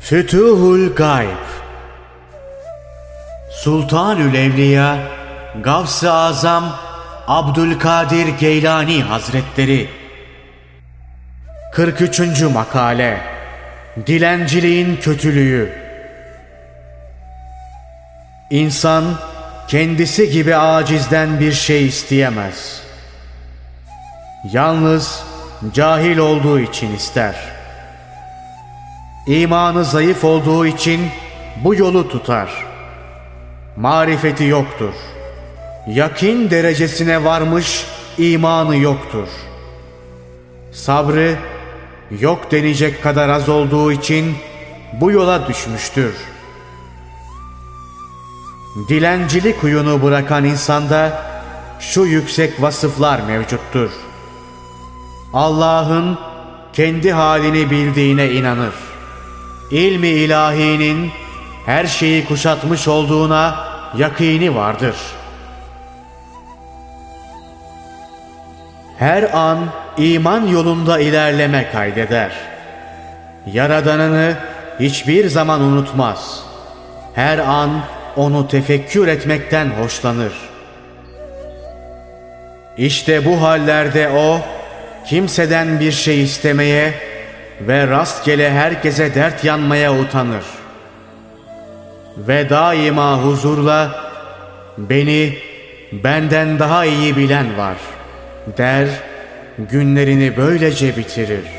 Fütuhul Gayb. Sultanül Evliya Gavs-ı Azam Abdülkadir Geylani Hazretleri. 43. Makale. Dilenciliğin kötülüğü. İnsan kendisi gibi acizden bir şey isteyemez. Yalnız cahil olduğu için ister. İmanı zayıf olduğu için bu yolu tutar. Marifeti yoktur. Yakin derecesine varmış imanı yoktur. Sabrı yok denecek kadar az olduğu için bu yola düşmüştür. Dilencilik huyunu bırakan insanda şu yüksek vasıflar mevcuttur. Allah'ın kendi halini bildiğine inanır. İlmi ilahinin her şeyi kuşatmış olduğuna yakini vardır. Her an iman yolunda ilerleme kaydeder. Yaradanını hiçbir zaman unutmaz. Her an onu tefekkür etmekten hoşlanır. İşte bu hallerde o, kimseden bir şey istemeye ve rastgele herkese dert yanmaya utanır. Ve daima huzurla, beni benden daha iyi bilen var der, günlerini böylece bitirir.